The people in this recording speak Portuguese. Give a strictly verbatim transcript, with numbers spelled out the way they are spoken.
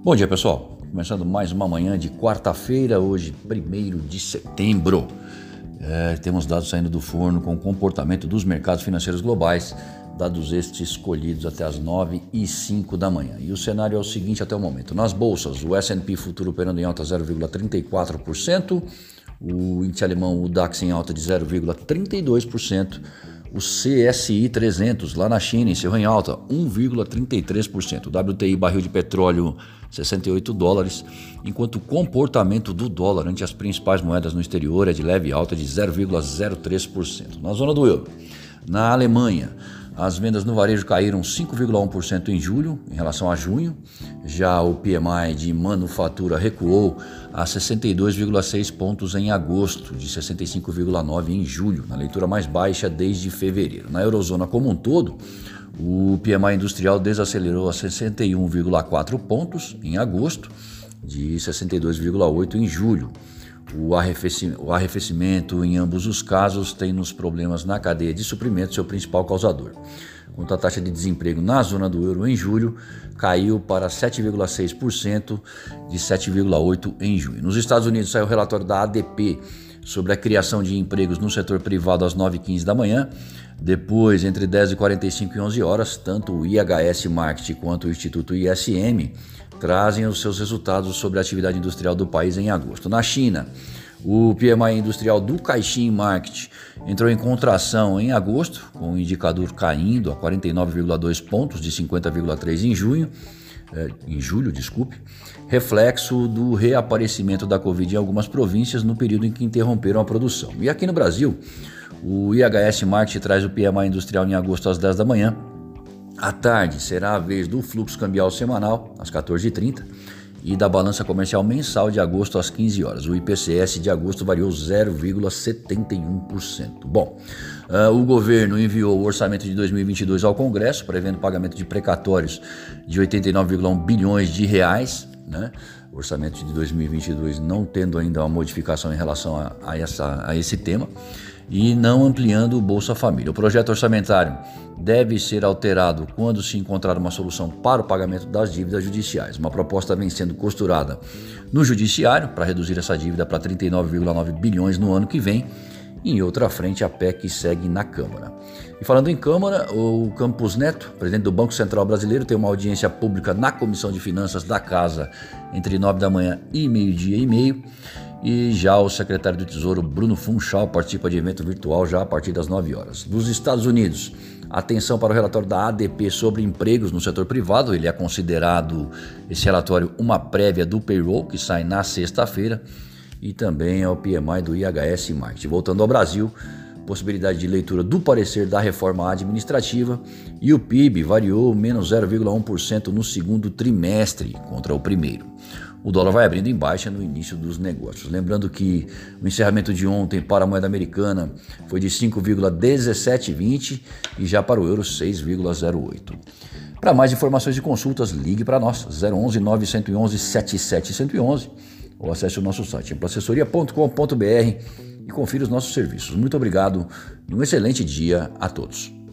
Bom dia, pessoal. Começando mais uma manhã de quarta-feira, hoje, primeiro de setembro. É, temos dados saindo do forno com o comportamento dos mercados financeiros globais, dados estes escolhidos até as nove e cinco da manhã. E o cenário é o seguinte até o momento. Nas bolsas, o S and P futuro operando em alta zero vírgula trinta e quatro por cento, o índice alemão, o DAX, em alta de zero vírgula trinta e dois por cento, o C S I trezentos lá na China encerrou em alta um vírgula trinta e três por cento, o W T I barril de petróleo sessenta e oito dólares, enquanto o comportamento do dólar ante as principais moedas no exterior é de leve alta de zero vírgula zero três por cento. Na zona do euro, na Alemanha, as vendas no varejo caíram cinco vírgula um por cento em julho em relação a junho, já o P M I de manufatura recuou a sessenta e dois vírgula seis pontos em agosto, de sessenta e cinco vírgula nove em julho, na leitura mais baixa desde fevereiro. Na eurozona como um todo, o P M I industrial desacelerou a sessenta e um vírgula quatro pontos em agosto, de sessenta e dois vírgula oito em julho. O arrefecimento, o arrefecimento em ambos os casos tem nos problemas na cadeia de suprimentos seu principal causador. Quanto à taxa de desemprego na zona do euro em julho, caiu para sete vírgula seis por cento de sete vírgula oito por cento em junho. Nos Estados Unidos saiu o relatório da A D P sobre a criação de empregos no setor privado às nove e quinze da manhã. Depois, entre dez e quarenta e cinco e onze horas, tanto o I H S Market quanto o Instituto I S M trazem os seus resultados sobre a atividade industrial do país em agosto. Na China, o P M I industrial do Caixin Market entrou em contração em agosto, com o indicador caindo a quarenta e nove vírgula dois pontos de cinquenta vírgula três em junho, eh, em julho, desculpe, reflexo do reaparecimento da Covid em algumas províncias no período em que interromperam a produção. E aqui no Brasil, o I H S Market traz o P M I industrial em agosto às dez da manhã. À tarde será a vez do fluxo cambial semanal, às quatorze e trinta, e da balança comercial mensal de agosto às quinze horas. O I P C S de agosto variou zero vírgula setenta e um por cento. Bom, uh, o governo enviou o orçamento de dois mil e vinte e dois ao Congresso, prevendo pagamento de precatórios de oitenta e nove vírgula um bilhões de reais, né? O orçamento de dois mil e vinte e dois não tendo ainda uma modificação em relação a, a, essa, a esse tema, e não ampliando o Bolsa Família. O projeto orçamentário deve ser alterado quando se encontrar uma solução para o pagamento das dívidas judiciais. Uma proposta vem sendo costurada no Judiciário para reduzir essa dívida para trinta e nove vírgula nove bilhões no ano que vem. Em outra frente, a P E C segue na Câmara. E falando em Câmara, o Campos Neto, presidente do Banco Central Brasileiro, tem uma audiência pública na Comissão de Finanças da Casa entre nove da manhã e meio-dia e meio. E já o secretário do Tesouro, Bruno Funchal, participa de evento virtual já a partir das nove horas. Dos Estados Unidos, atenção para o relatório da A D P sobre empregos no setor privado. Ele é considerado, esse relatório, uma prévia do payroll, que sai na sexta-feira, e também é o P M I do I H S Market. Voltando ao Brasil, possibilidade de leitura do parecer da reforma administrativa, e o P I B variou menos zero vírgula um por cento no segundo trimestre contra o primeiro. O dólar vai abrindo em baixa no início dos negócios. Lembrando que o encerramento de ontem para a moeda americana foi de cinco vírgula dezessete vinte e já para o euro seis vírgula zero oito. Para mais informações e consultas, ligue para nós, zero onze nove um um sete sete um um um, ou acesse o nosso site ampla assessoria ponto com ponto br e confira os nossos serviços. Muito obrigado e um excelente dia a todos.